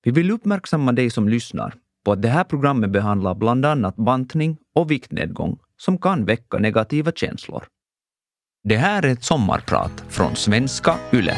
Vi vill uppmärksamma dig som lyssnar på att det här programmet behandlar bland annat bantning och viktnedgång som kan väcka negativa känslor. Det här är ett sommarprat från Svenska Yle.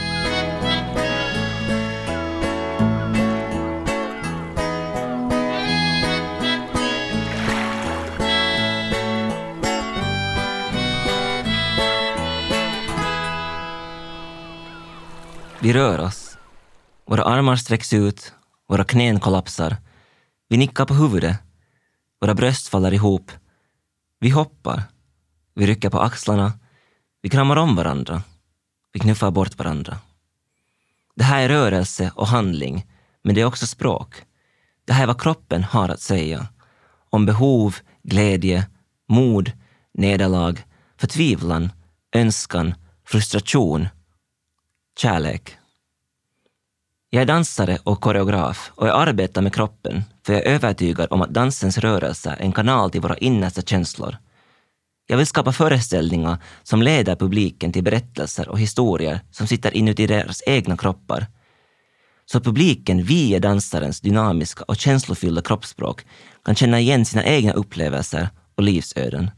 Vi rör oss. Våra armar sträcks ut, våra knän kollapsar. Vi nickar på huvudet. Våra bröst faller ihop. Vi hoppar. Vi rycker på axlarna. Vi kramar om varandra. Vi knuffar bort varandra. Det här är rörelse och handling, men det är också språk. Det här är vad kroppen har att säga. Om behov, glädje, mod, nederlag, förtvivlan, önskan, frustration, kärlek. Jag är dansare och koreograf och jag arbetar med kroppen för jag är övertygad om att dansens rörelse är en kanal till våra innersta känslor. Jag vill skapa föreställningar som leder publiken till berättelser och historier som sitter inuti deras egna kroppar. Så att publiken via dansarens dynamiska och känslofyllda kroppsspråk kan känna igen sina egna upplevelser och livsöden.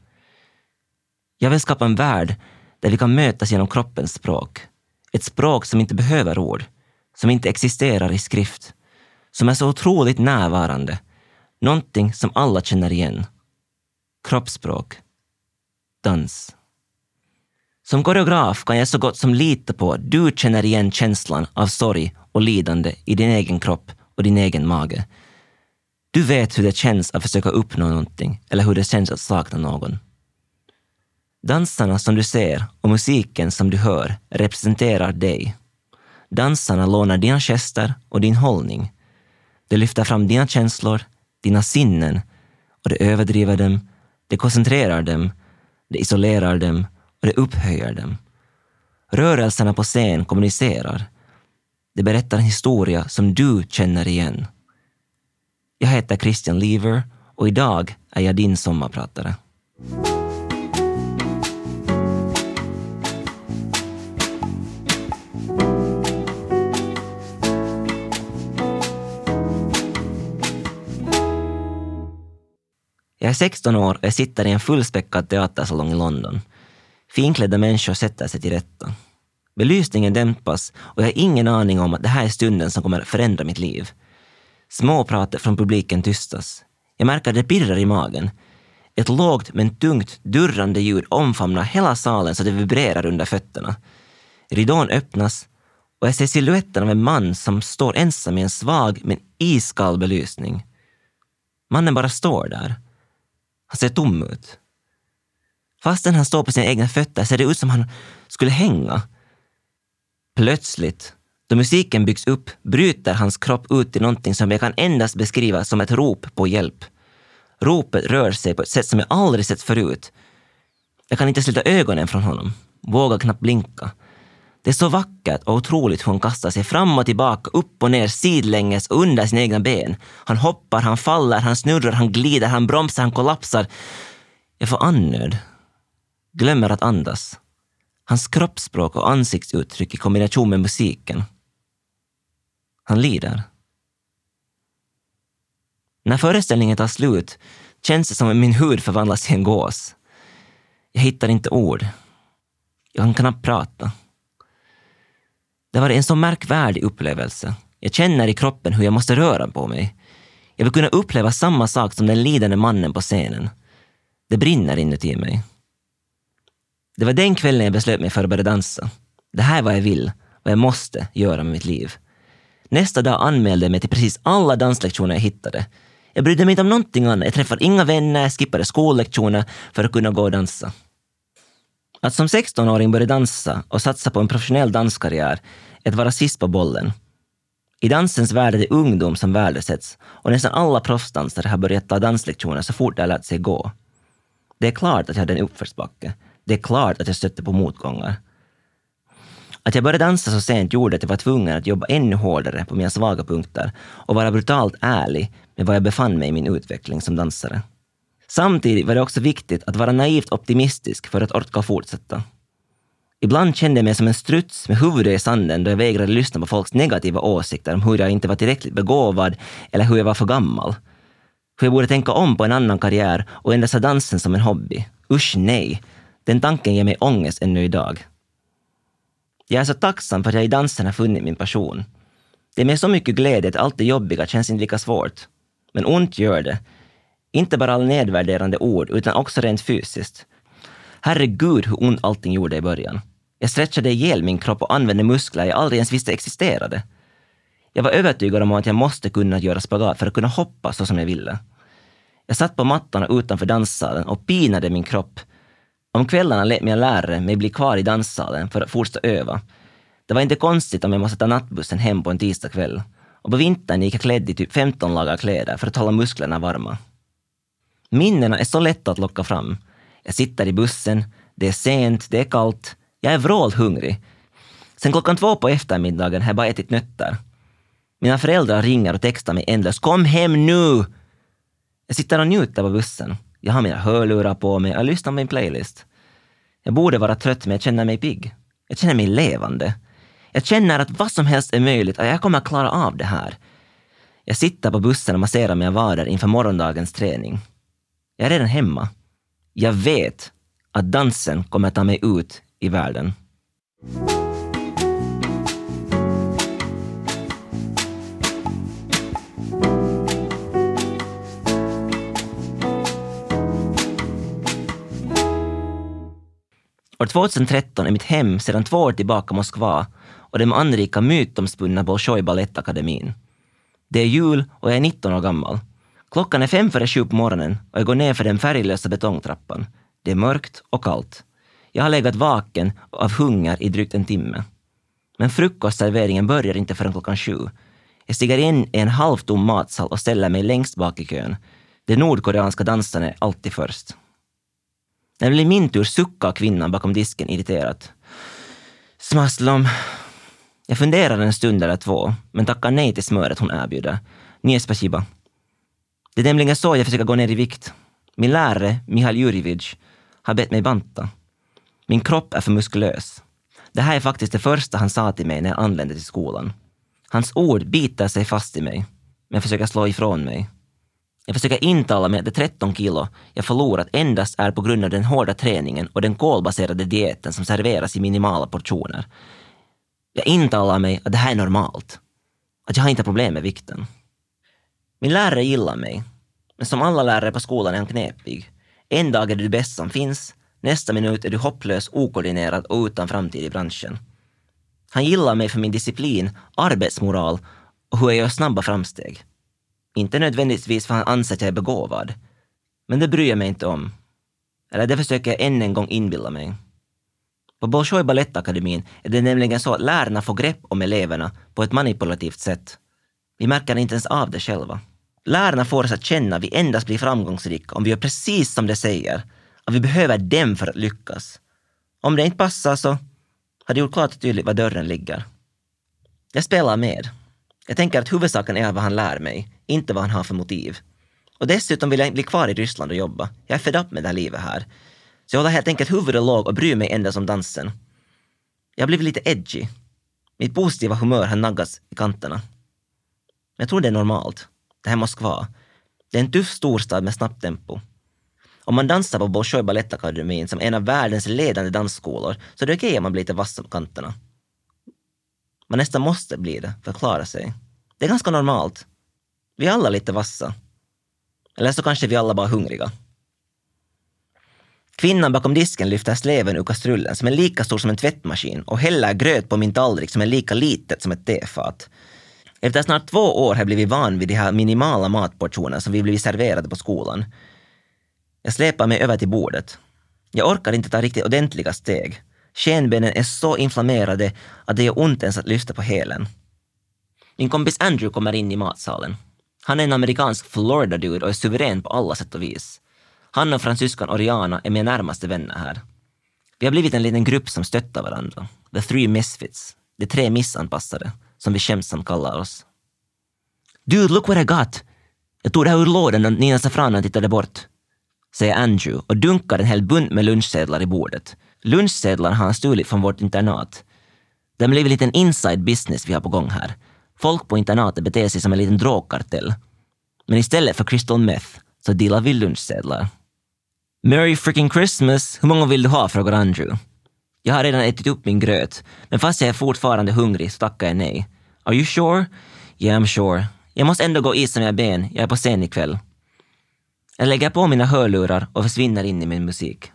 Jag vill skapa en värld där vi kan mötas genom kroppens språk. Ett språk som inte behöver ord, som inte existerar i skrift, som är så otroligt närvarande. Någonting som alla känner igen. Kroppsspråk. Dans. Som koreograf kan jag så gott som lita på att du känner igen känslan av sorg och lidande i din egen kropp och din egen mage. Du vet hur det känns att försöka uppnå någonting eller hur det känns att sakna någon. Dansarna som du ser och musiken som du hör representerar dig. Dansarna lånar dina gester och din hållning. Det lyfter fram dina känslor, dina sinnen och det överdriver dem, det koncentrerar dem, det isolerar dem och det upphöjer dem. Rörelserna på scen kommunicerar. Det berättar en historia som du känner igen. Jag heter Christian Lever och idag är jag din sommarpratare. Jag är 16 år och jag sitter i en fullspäckad teatersalong i London. Finklädda människor sätter sig till rätta. Belysningen dämpas och jag har ingen aning om att det här är stunden som kommer att förändra mitt liv. Småpratet från publiken tystas. Jag märker att det pirrar i magen. Ett lågt men tungt durrande ljud omfamnar hela salen så det vibrerar under fötterna. Ridån öppnas och jag ser silhuetten av en man som står ensam i en svag men iskall belysning. Mannen bara står där. Han ser tom ut. Fastän han står på sina egna fötter ser det ut som han skulle hänga. Plötsligt, då musiken byggs upp, bryter hans kropp ut i någonting som jag kan endast beskriva som ett rop på hjälp. Ropet rör sig på ett sätt som jag aldrig sett förut. Jag kan inte slita ögonen från honom. Vågar knappt blinka. Det är så vackert och otroligt hur han kastar sig fram och tillbaka, upp och ner, sidlänges och under sina egna ben. Han hoppar, han faller, han snurrar, han glider, han bromsar, han kollapsar. Jag får andnöd. Glömmer att andas. Hans kroppsspråk och ansiktsuttryck i kombination med musiken. Han lider. När föreställningen tar slut känns det som att min hud förvandlas till en gås. Jag hittar inte ord. Jag kan knappt prata. Det var en så märkvärdig upplevelse. Jag känner i kroppen hur jag måste röra på mig. Jag vill kunna uppleva samma sak som den lidande mannen på scenen. Det brinner inuti mig. Det var den kvällen jag beslöt mig för att börja dansa. Det här är vad jag vill, vad jag måste göra med mitt liv. Nästa dag anmälde jag mig till precis alla danslektioner jag hittade. Jag brydde mig inte om någonting annat. Jag träffade inga vänner, jag skippade skollektioner för att kunna gå och dansa. Att som 16-åring börja dansa och satsa på en professionell danskarriär är att vara sist på bollen. I dansens värld är det ungdom som värdesätts och nästan alla proffsdansare har börjat ta danslektioner så fort de har lärt sig gå. Det är klart att jag hade en uppförsbacke. Det är klart att jag stötte på motgångar. Att jag började dansa så sent gjorde att jag var tvungen att jobba ännu hårdare på mina svaga punkter och vara brutalt ärlig med var jag befann mig i min utveckling som dansare. Samtidigt var det också viktigt att vara naivt optimistisk för att orka fortsätta. Ibland kände jag mig som en struts med huvudet i sanden då jag vägrade lyssna på folks negativa åsikter om hur jag inte var tillräckligt begåvad eller hur jag var för gammal. Hur jag borde tänka om på en annan karriär och endast ha dansen som en hobby. Usch nej, den tanken ger mig ångest ännu idag. Jag är så tacksam för att jag i dansen har funnit min passion. Det är med så mycket glädje att allt det jobbiga känns inte lika svårt. Men ont gör det. Inte bara all nedvärderande ord utan också rent fysiskt. Herregud hur ont allting gjorde i början. Jag stretchade ihjäl min kropp och använde muskler jag aldrig ens visste existerade. Jag var övertygad om att jag måste kunna göra spagat för att kunna hoppa så som jag ville. Jag satt på mattorna utanför danssalen och pinade min kropp. Om kvällarna lät mina lärare mig bli kvar i danssalen för att fortsätta öva. Det var inte konstigt om jag måste ta nattbussen hem på en tisdagkväll. Och på vintern gick jag klädd i typ 15 lager kläder för att hålla musklerna varma. Minnena är så lätta att locka fram. Jag sitter i bussen, det är sent, det är kallt, jag är vrålhungrig. Sen 2:00 på eftermiddagen har jag bara ätit nötter. Mina föräldrar ringer och textar mig ändlöst. Kom hem nu! Jag sitter och njuter på bussen. Jag har mina hörlurar på mig och lyssnar på min playlist. Jag borde vara trött men jag känner mig pigg. Jag känner mig levande. Jag känner att vad som helst är möjligt och jag kommer att klara av det här. Jag sitter på bussen och masserar mina vader inför morgondagens träning. Jag är redan hemma. Jag vet att dansen kommer att ta mig ut i världen. År 2013 är mitt hem sedan 2 år tillbaka Moskva och den anrika mytomspunna Bolshoi Ballettakademin. Det är jul och jag är 19 år gammal. Klockan är 5:45 på morgonen och jag går ner för den färglösa betongtrappan. Det är mörkt och kallt. Jag har legat vaken av hunger i drygt en timme. Men frukostserveringen börjar inte förrän 7:00. Jag stiger in i en halvtom matsal och ställer mig längst bak i kön. De nordkoreanska dansarna är alltid först. När det blir min tur suckar kvinnan bakom disken irriterat. Smaslom. Jag funderar en stund eller 2, men tackar nej till smöret hon erbjuder. Nie spasiba. Det är nämligen så jag försöker gå ner i vikt. Min lärare, Mihail Jurjevich, har bett mig banta. Min kropp är för muskulös. Det här är faktiskt det första han sa till mig när jag anlände till skolan. Hans ord biter sig fast i mig, men försöker slå ifrån mig. Jag försöker intala mig att de 13 kilo jag förlorat endast är på grund av den hårda träningen och den kolbaserade dieten som serveras i minimala portioner. Jag intalar mig att det här är normalt. Att jag har inte problem med vikten. Min lärare gillar mig. Men som alla lärare på skolan är han knepig. En dag är du bäst som finns. Nästa minut är du hopplös, okoordinerad och utan framtid i branschen. Han gillar mig för min disciplin, arbetsmoral och hur jag gör snabba framsteg. Inte nödvändigtvis för han anser att jag är begåvad. Men det bryr jag mig inte om. Eller det försöker jag än en gång inbilla mig. På Bolshoi Ballettakademin är det nämligen så att lärarna får grepp om eleverna på ett manipulativt sätt. Vi märker inte ens av det själva. Lärarna får oss att känna att vi endast blir framgångsrika om vi gör precis som de säger. Att vi behöver dem för att lyckas. Om det inte passar så har det gjort klart och tydligt var dörren ligger. Jag spelar med. Jag tänker att huvudsaken är vad han lär mig, inte vad han har för motiv. Och dessutom vill jag bli kvar i Ryssland och jobba. Jag är fed upp med det här livet här. Så jag håller helt enkelt huvudet låg och bryr mig endast om dansen. Jag har blivit lite edgy. Mitt positiva humör har naggats i kanterna. Men jag tror det är normalt. Det här är Moskva. Det är en tuff storstad med snabbt tempo. Om man dansar på Bolshoi Ballettakademin som en av världens ledande dansskolor så är det okej om man blir lite vass på kanterna. Man nästan måste bli det för att klara sig. Det är ganska normalt. Vi är alla lite vassa. Eller så kanske vi alla bara är hungriga. Kvinnan bakom disken lyfter sleven ur kastrullen som är lika stor som en tvättmaskin och häller gröt på min tallrik som är lika litet som ett tefat. Efter snart 2 år har jag blivit van vid de här minimala matportionerna som vi blivit serverade på skolan. Jag släpar mig över till bordet. Jag orkar inte ta riktigt ordentliga steg. Skenbenen är så inflammerade att det gör ont ens att lyfta på hälen. Min kompis Andrew kommer in i matsalen. Han är en amerikansk Florida-dude och är suverän på alla sätt och vis. Han och fransyskan Oriana är mina närmaste vänner här. Vi har blivit en liten grupp som stöttar varandra. The 3 misfits. De 3 missanpassade, som vi skämtsamt kallar oss. Dude, look what I got! Jag tog det här ur lådan och Nina Safranen tittade bort. Säger Andrew och dunkar en hel bunt med lunchsedlar i bordet. Lunchsedlar har han stulit från vårt internat. Det har blivit en liten inside business vi har på gång här. Folk på internatet beter sig som en liten drogkartell. Men istället för crystal meth så dealar vi lunchsedlar. Merry freaking Christmas! Hur många vill du ha, frågar Andrew. Jag har redan ätit upp min gröt, men fast jag är fortfarande hungrig så tackar jag nej. Are you sure? Yeah, I'm sure. Jag måste ändå gå i som jag ben, jag är på scen ikväll. Jag lägger på mina hörlurar och försvinner in i min musik.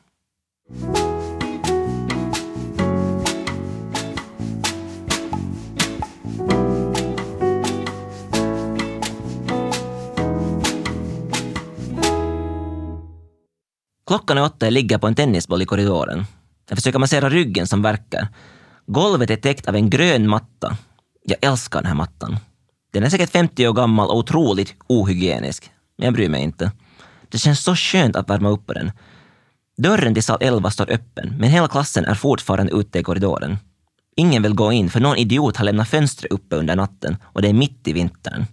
Klockan är 8 jag ligger på en tennisboll i korridoren. Jag försöker massera ryggen som verkar. Golvet är täckt av en grön matta. Jag älskar den här mattan. Den är säkert 50 år gammal och otroligt ohygienisk. Men jag bryr mig inte. Det känns så skönt att värma upp på den. Dörren till sal 11 står öppen, men hela klassen är fortfarande ute i korridoren. Ingen vill gå in för någon idiot har lämnat fönstret uppe under natten och det är mitt i vintern.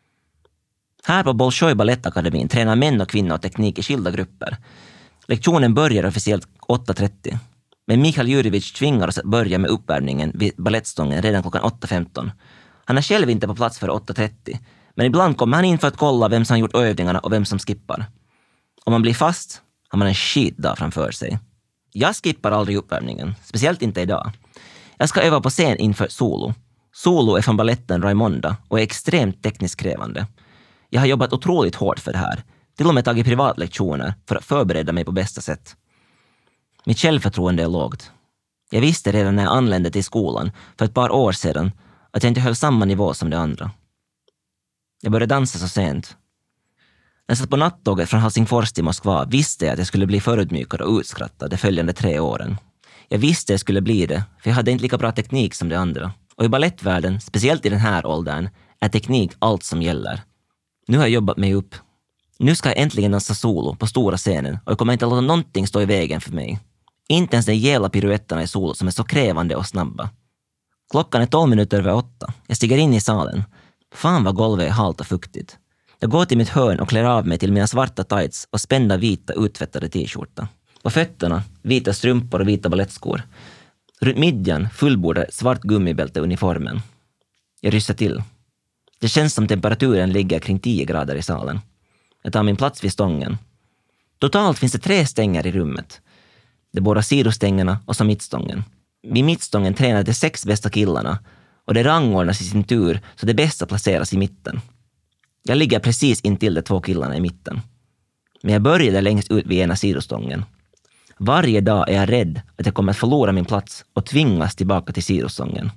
Här på Bolshoi Ballettakademin tränar män och kvinnor teknik i skilda grupper. Lektionen börjar officiellt 8:30. Men Mikhail Jurjevic tvingar oss att börja med uppvärmningen vid ballettstången redan klockan 8:15. Han är själv inte på plats för 8:30. Men ibland kommer han in för att kolla vem som har gjort övningarna och vem som skippar. Om man blir fast har man en skitdag framför sig. Jag skippar aldrig uppvärmningen, speciellt inte idag. Jag ska öva på scen inför solo. Solo är från balletten Raimonda och är extremt tekniskt krävande. Jag har jobbat otroligt hårt för det här. Till och med tagit privatlektioner för att förbereda mig på bästa sätt. Mitt självförtroende är lågt. Jag visste redan när jag anlände till skolan för ett par år sedan att jag inte höll samma nivå som de andra. Jag började dansa så sent. När jag satt på nattåget från Helsingfors till Moskva visste jag att jag skulle bli förödmjukad och utskrattad de följande 3 åren. Jag visste jag skulle bli det, för jag hade inte lika bra teknik som de andra. Och i ballettvärlden, speciellt i den här åldern, är teknik allt som gäller. Nu har jag jobbat mig upp. Nu ska jag äntligen dansa solo på stora scenen och jag kommer inte låta någonting stå i vägen för mig. Inte ens de jävla piruetterna i solo som är så krävande och snabba. Klockan är 12:12. Jag stiger in i salen. Fan vad golvet är halt och fuktigt. Jag går till mitt hörn och klär av mig till mina svarta tights och spända vita uttvättade t-skjorta. På fötterna, vita strumpor och vita ballettskor. Runt midjan fullbordar svart gummibälte uniformen. Jag ryssar till. Det känns som temperaturen ligger kring 10 grader i salen. Jag tar min plats vid stången. Totalt finns det 3 stänger i rummet. De båda sidostängerna och så mittstången. Vid mittstången tränar de 6 bästa killarna och det rangordnas i sin tur så det bästa placeras i mitten. Jag ligger precis intill de 2 killarna i mitten. Men jag började längst ut vid ena sidostången. Varje dag är jag rädd att jag kommer att förlora min plats och tvingas tillbaka till sidostången.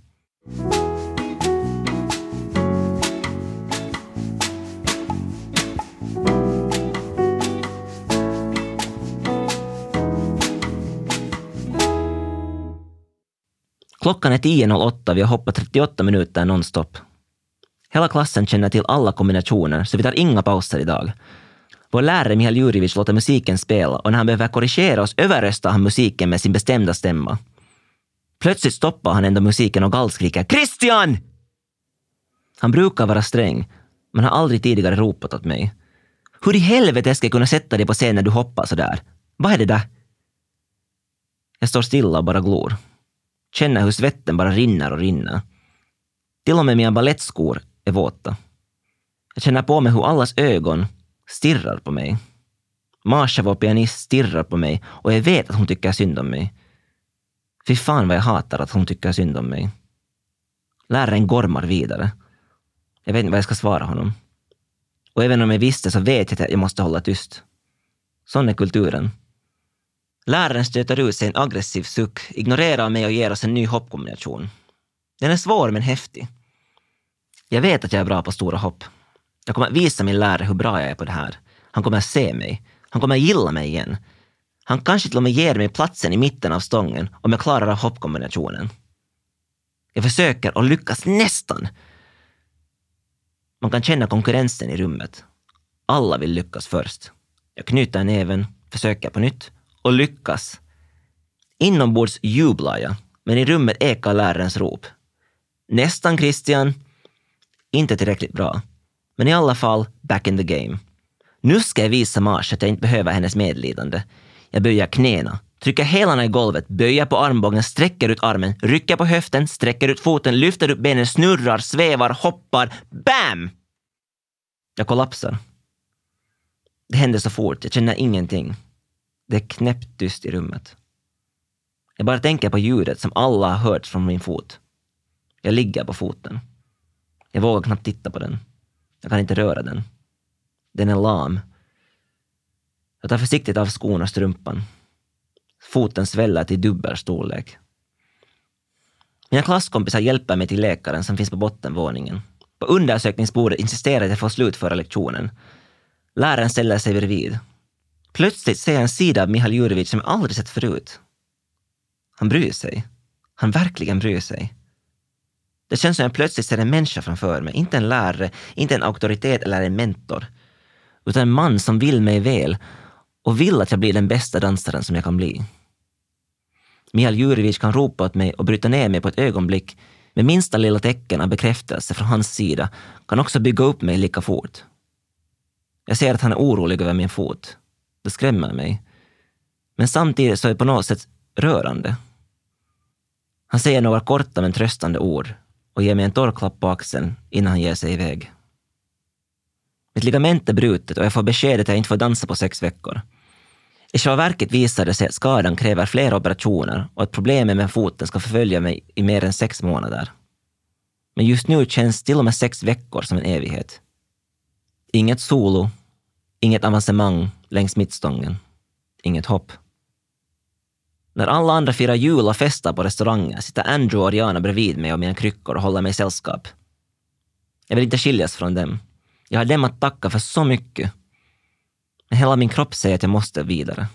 Klockan är 10:08, vi har hoppat 38 minuter nonstop. Hela klassen känner till alla kombinationer så vi tar inga pauser idag. Vår lärare Mikhail Jurjevic låter musiken spela och när han behöver korrigera oss överröstar han musiken med sin bestämda stämma. Plötsligt stoppar han ändå musiken och gallskriker Christian! Han brukar vara sträng, men har aldrig tidigare ropat åt mig. Hur i helvete ska jag kunna sätta dig på scen när du hoppar så där? Vad är det där? Jag står stilla och bara glor. Känner hur svetten bara rinner och rinner. Till och med mina ballettskor är våta. Jag känner på mig hur allas ögon stirrar på mig. Masha, vår pianist, stirrar på mig och jag vet att hon tycker synd om mig. Fy fan vad jag hatar att hon tycker synd om mig. Läraren gormar vidare. Jag vet inte vad jag ska svara honom. Och även om jag visste så vet jag att jag måste hålla tyst. Sån är kulturen. Läraren stöter ut sig en aggressiv suck, ignorerar mig och ger oss en ny hoppkombination. Den är svår men häftig. Jag vet att jag är bra på stora hopp. Jag kommer att visa min lärare hur bra jag är på det här. Han kommer att se mig. Han kommer att gilla mig igen. Han kanske till och med ger mig platsen i mitten av stången om jag klarar av hoppkombinationen. Jag försöker och lyckas nästan. Man kan känna konkurrensen i rummet. Alla vill lyckas först. Jag knyter näven, försöker på nytt och lyckas. Inombords jublar jag, men i rummet ekar lärarens rop. Nästan Christian. Inte tillräckligt bra. Men i alla fall, back in the game. Nu ska jag visa Masha att jag inte behöver hennes medlidande. Jag böjer knäna, Trycker hälarna i golvet, böjer på armbågen, sträcker ut armen, rycker på höften, sträcker ut foten, lyfter upp benen, snurrar, svävar, hoppar. Bam! Jag kollapsar. Det händer så fort, jag känner ingenting. Det är knäpptyst i rummet. Jag bara tänker på ljudet som alla har hört från min fot. Jag ligger på foten. Jag vågar knappt titta på den. Jag kan inte röra den. Den är lam. Jag tar försiktigt av skon och strumpan. Foten sväller till dubbelstorlek. Mina klasskompisar hjälper mig till läkaren som finns på bottenvåningen. På undersökningsbordet insisterar jag få slutföra lektionen. Läraren ställer sig bredvid. Plötsligt ser jag en sida av Mihail Jurevic som jag aldrig sett förut. Han bryr sig. Han verkligen bryr sig. Det känns som jag plötsligt ser en människa framför mig. Inte en lärare, inte en auktoritet eller en mentor. Utan en man som vill mig väl och vill att jag blir den bästa dansaren som jag kan bli. Mihail Jurevic kan ropa åt mig och bryta ner mig på ett ögonblick. Med minsta lilla tecken av bekräftelse från hans sida kan också bygga upp mig lika fort. Jag ser att han är orolig över min fot. Det skrämmer mig. Men samtidigt så är det på något sätt rörande. Han säger några korta men tröstande ord och ger mig en torr klapp på axeln innan han ger sig iväg. Mitt ligament är brutet och jag får beskedet att jag inte får dansa på 6 veckor. I själva verket visar det sig att skadan kräver flera operationer och att problemet med foten ska förfölja mig i mer än 6 månader. Men just nu känns till och med 6 veckor som en evighet. Inget solo, inget avancemang längs mittstången, inget hopp. När alla andra firar jul och festar på restauranger sitter Andrew och Ariana bredvid mig och mina kryckor och håller mig sällskap. Jag vill inte skiljas från dem. Jag har dem att tacka för så mycket. Men hela min kropp säger att jag måste vidare.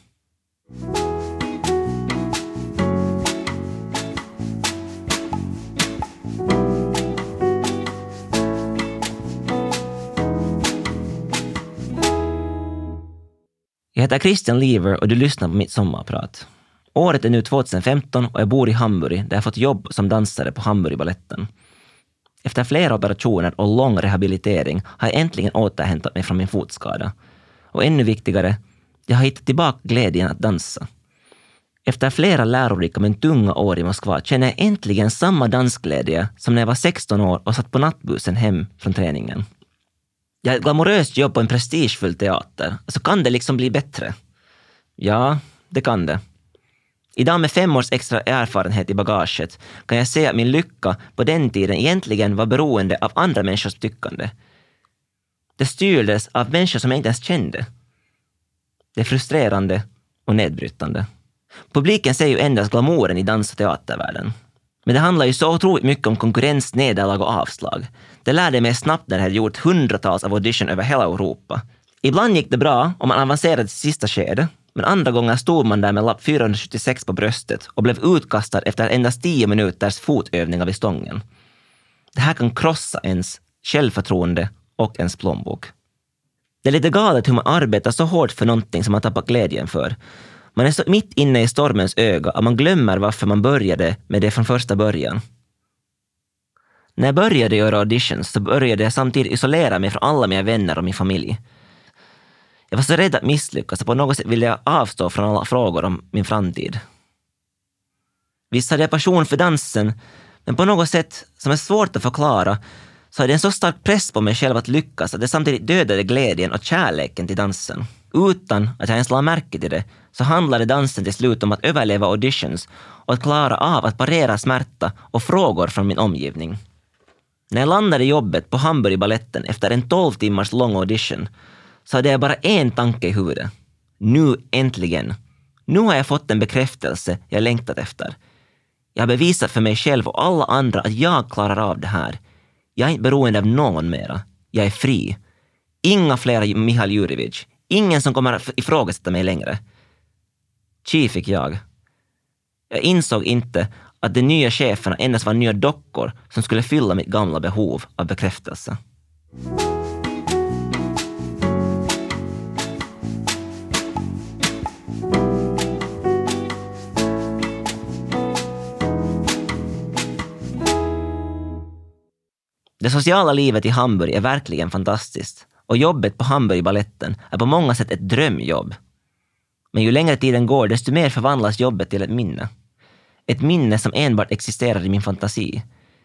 Jag heter Christian Lever och du lyssnar på mitt sommarprat. Året är nu 2015 och jag bor i Hamburg där jag fått jobb som dansare på Hamburgbaletten. Efter flera operationer och lång rehabilitering har jag äntligen återhämtat mig från min fotskada. Och ännu viktigare, jag har hittat tillbaka glädjen att dansa. Efter flera lärorika men tunga år i Moskva känner jag äntligen samma dansglädje som när jag var 16 år och satt på nattbussen hem från träningen. Jag har ett glamoröst jobb på en prestigefull teater, så kan det liksom bli bättre? Ja, det kan det. Idag med 5 års extra erfarenhet i bagaget kan jag se att min lycka på den tiden egentligen var beroende av andra människors tyckande. Det styrdes av människor som jag inte ens kände. Det är frustrerande och nedbrytande. Publiken ser ju endast glamouren i dans- och teatervärlden. Men det handlar ju så otroligt mycket om konkurrens, nederlag och avslag. Det lärde mig snabbt när jag hade gjort hundratals av audition över hela Europa. Ibland gick det bra och man avancerade till sista skede. Men andra gånger stod man där med lapp 476 på bröstet och blev utkastad efter endast 10 minuters fotövningar vid stången. Det här kan krossa ens självförtroende och ens plånbok. Det är lite galet hur man arbetar så hårt för någonting som man tappar glädjen för. Man är så mitt inne i stormens öga att man glömmer varför man började med det från första början. När jag började göra auditions så började jag samtidigt isolera mig från alla mina vänner och min familj. Jag var så rädd att misslyckas och på något sätt ville jag avstå från alla frågor om min framtid. Visst hade jag passion för dansen, men på något sätt som är svårt att förklara så hade jag en så stark press på mig själv att lyckas att det samtidigt dödade glädjen och kärleken till dansen. Utan att jag ens lade märke till det så handlade dansen till slut om att överleva auditions och att klara av att parera smärta och frågor från min omgivning. När jag landade jobbet på Hamburgbaletten efter en 12 timmars lång audition så hade jag bara en tanke i huvudet. Nu äntligen. Nu har jag fått en bekräftelse jag längtat efter. Jag har bevisat för mig själv och alla andra att jag klarar av det här. Jag är inte beroende av någon mera. Jag är fri. Inga fler Mihail Jurevic. Ingen som kommer att ifrågasätta mig längre. Tji fick jag. Jag insåg inte att de nya cheferna endast var nya dockor som skulle fylla mitt gamla behov av bekräftelse. Det sociala livet i Hamburg är verkligen fantastiskt och jobbet på Hamburgbaletten är på många sätt ett drömjobb. Men ju längre tiden går, desto mer förvandlas jobbet till ett minne. Ett minne som enbart existerar i min fantasi.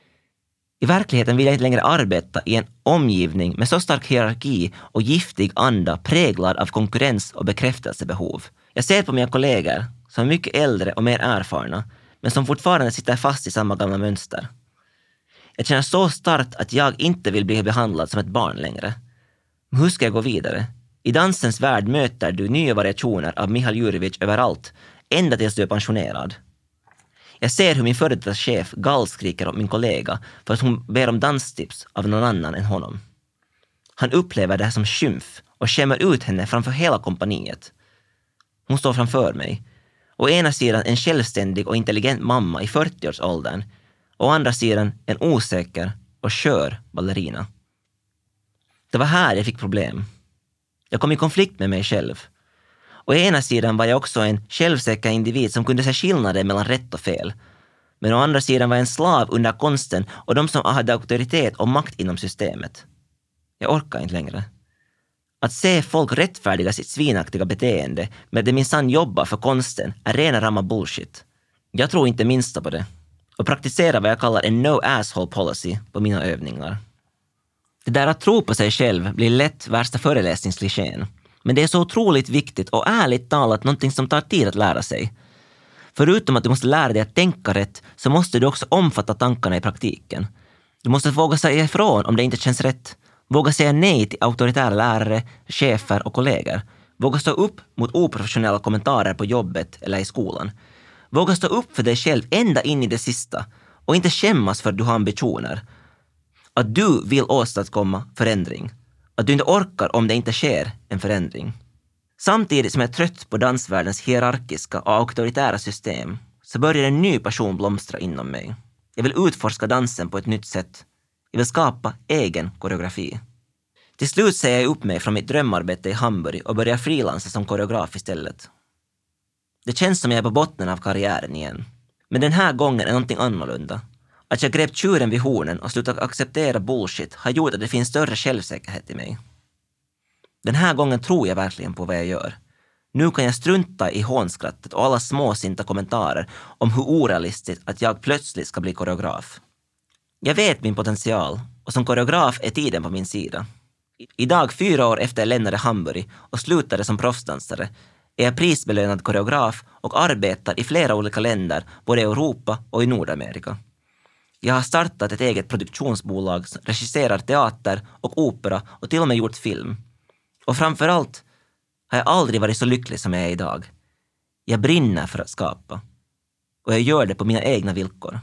I verkligheten vill jag inte längre arbeta i en omgivning med så stark hierarki och giftig anda präglad av konkurrens och bekräftelsebehov. Jag ser på mina kollegor som är mycket äldre och mer erfarna, men som fortfarande sitter fast i samma gamla mönster. Jag känner så starkt att jag inte vill bli behandlad som ett barn längre. Men hur ska jag gå vidare? I dansens värld möter du nya variationer av Michal Jurevic överallt, ända tills du är pensionerad. Jag ser hur min före detta chef gallskriker åt min kollega för att hon ber om danstips av någon annan än honom. Han upplever det här som skymf och skämmer ut henne framför hela kompaniet. Hon står framför mig. Å ena sidan en självständig och intelligent mamma i 40-årsåldern. Och å andra sidan en osäker och skör ballerina. Det var här jag fick problem. Jag kom i konflikt med mig själv. Och å ena sidan var jag också en självsäker individ som kunde se skillnader mellan rätt och fel. Men å andra sidan var jag en slav under konsten och de som hade auktoritet och makt inom systemet. Jag orkar inte längre. Att se folk rättfärdiga sitt svinaktiga beteende med att de minsann jobbar för konsten är rena rama bullshit. Jag tror inte minsta på det. Och praktiserar vad jag kallar en no asshole policy på mina övningar. Det där att tro på sig själv blir lätt värsta föreläsningsklichén. Men det är så otroligt viktigt och ärligt talat någonting som tar tid att lära sig. Förutom att du måste lära dig att tänka rätt så måste du också omfatta tankarna i praktiken. Du måste våga säga ifrån om det inte känns rätt. Våga säga nej till auktoritära lärare, chefer och kollegor. Våga stå upp mot oprofessionella kommentarer på jobbet eller i skolan. Våga stå upp för dig själv ända in i det sista och inte skämmas för att du har ambitioner. Att du vill åstadkomma förändring. Att du inte orkar om det inte sker en förändring. Samtidigt som jag är trött på dansvärldens hierarkiska och auktoritära system så börjar en ny passion blomstra inom mig. Jag vill utforska dansen på ett nytt sätt. Jag vill skapa egen koreografi. Till slut säger jag upp mig från mitt drömarbete i Hamburg och börjar frilansa som koreograf istället. Det känns som jag är på botten av karriären igen. Men den här gången är någonting annorlunda. Att jag grep tjuren vid hornen och slutat acceptera bullshit har gjort att det finns större självsäkerhet i mig. Den här gången tror jag verkligen på vad jag gör. Nu kan jag strunta i hånskrattet och alla småsinta kommentarer om hur orealistiskt att jag plötsligt ska bli koreograf. Jag vet min potential och som koreograf är tiden på min sida. Idag, 4 år efter jag lämnade Hamburg och slutade som proffsdansare, är jag prisbelönad koreograf och arbetar i flera olika länder, både i Europa och i Nordamerika. Jag har startat ett eget produktionsbolag som regisserar teater och opera och till och med gjort film. Och framförallt har jag aldrig varit så lycklig som jag är idag. Jag brinner för att skapa. Och jag gör det på mina egna villkor.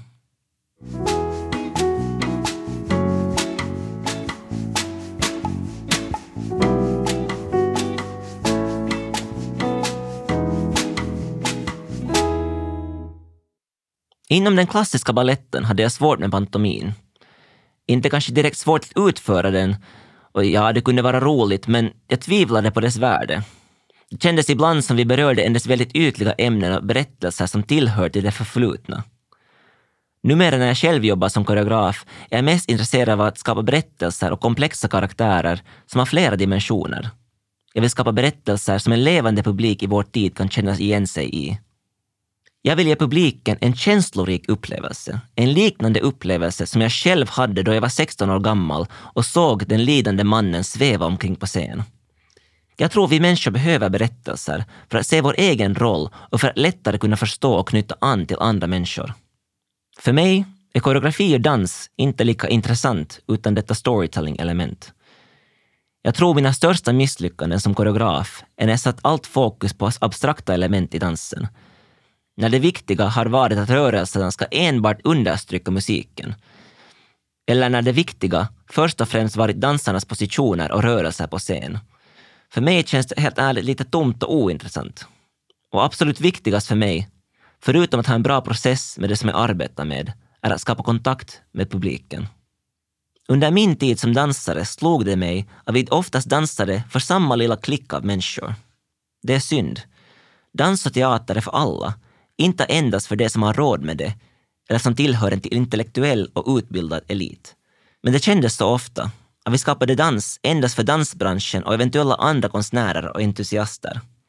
Inom den klassiska balletten hade jag svårt med pantomin. Inte kanske direkt svårt att utföra den, och ja, det kunde vara roligt, men jag tvivlade på dess värde. Det kändes ibland som vi berörde endast väldigt ytliga ämnen och berättelser som tillhör till det förflutna. Numera när jag själv jobbar som koreograf är jag mest intresserad av att skapa berättelser och komplexa karaktärer som har flera dimensioner. Jag vill skapa berättelser som en levande publik i vår tid kan känna igen sig i. Jag vill ge publiken en känslorik upplevelse. En liknande upplevelse som jag själv hade då jag var 16 år gammal och såg den lidande mannen sväva omkring på scen. Jag tror vi människor behöver berättelser för att se vår egen roll och för att lättare kunna förstå och knyta an till andra människor. För mig är koreografi och dans inte lika intressant utan detta storytelling-element. Jag tror mina största misslyckanden som koreograf är när jag satt allt fokus på abstrakta element i dansen. När det viktiga har varit att rörelserna ska enbart understryka musiken. Eller när det viktiga först och främst varit dansarnas positioner och rörelser på scen. För mig känns det helt ärligt lite tomt och ointressant. Och absolut viktigast för mig, förutom att ha en bra process med det som jag arbetar med, är att skapa kontakt med publiken. Under min tid som dansare slog det mig att vi oftast dansade för samma lilla klick av människor. Det är synd. Dans och teater är för alla, inte endast för det som har råd med det, eller som tillhör en intellektuell och utbildad elit. Men det kändes så ofta att vi skapade dans endast för dansbranschen och eventuella andra konstnärer och entusiaster.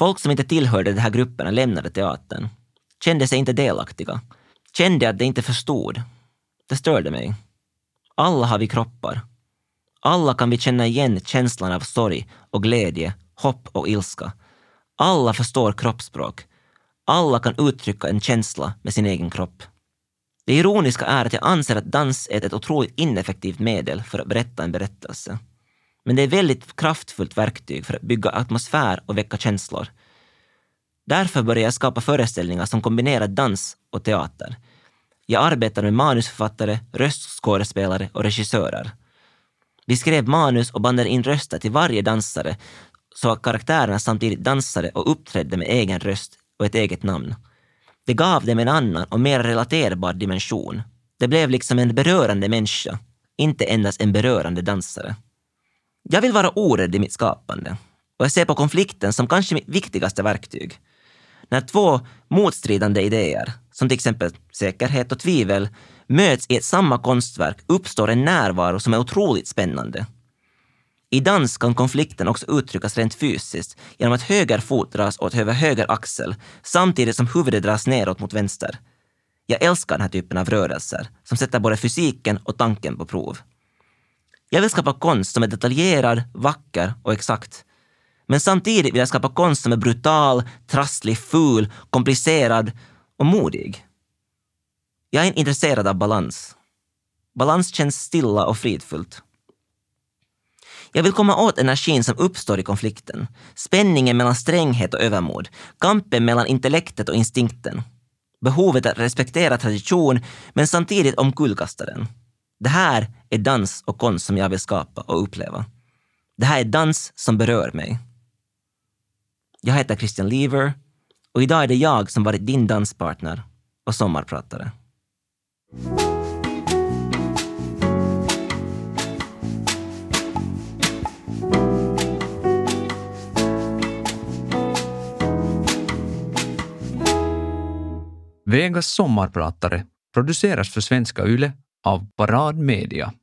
Folk som inte tillhörde de här grupperna lämnade teatern. Kände sig inte delaktiga. Kände att de inte förstod. Det störde mig. Alla har vi kroppar. Alla kan vi känna igen känslan av sorg och glädje, hopp och ilska. Alla förstår kroppsspråk. Alla kan uttrycka en känsla med sin egen kropp. Det ironiska är att jag anser att dans är ett otroligt ineffektivt medel för att berätta en berättelse. Men det är ett väldigt kraftfullt verktyg för att bygga atmosfär och väcka känslor. Därför började jag skapa föreställningar som kombinerar dans och teater. Jag arbetar med manusförfattare, röstskådespelare och regissörer. Vi skrev manus och bandade in röster till varje dansare så att karaktärerna samtidigt dansade och uppträdde med egen röst och ett eget namn. Det gav dem en annan och mer relaterbar dimension. Det blev liksom en berörande människa, inte endast en berörande dansare. Jag vill vara orädd i mitt skapande och jag ser på konflikten som kanske mitt viktigaste verktyg. När två motstridande idéer, som till exempel säkerhet och tvivel, möts i ett samma konstverk uppstår en närvaro som är otroligt spännande. I dans kan konflikten också uttryckas rent fysiskt genom att höger fot dras åt över höger axel samtidigt som huvudet dras neråt mot vänster. Jag älskar den här typen av rörelser som sätter både fysiken och tanken på prov. Jag vill skapa konst som är detaljerad, vacker och exakt. Men samtidigt vill jag skapa konst som är brutal, trasslig, ful, komplicerad och modig. Jag är intresserad av balans. Balans känns stilla och fridfullt. Jag vill komma åt energin som uppstår i konflikten. Spänningen mellan stränghet och övermod. Kampen mellan intellektet och instinkten. Behovet att respektera tradition men samtidigt omkullkasta den. Det här är dans och konst som jag vill skapa och uppleva. Det här är dans som berör mig. Jag heter Christian Lever och idag är det jag som varit din danspartner och sommarpratare. Vegas sommarpratare produceras för Svenska Yle av Parad Media.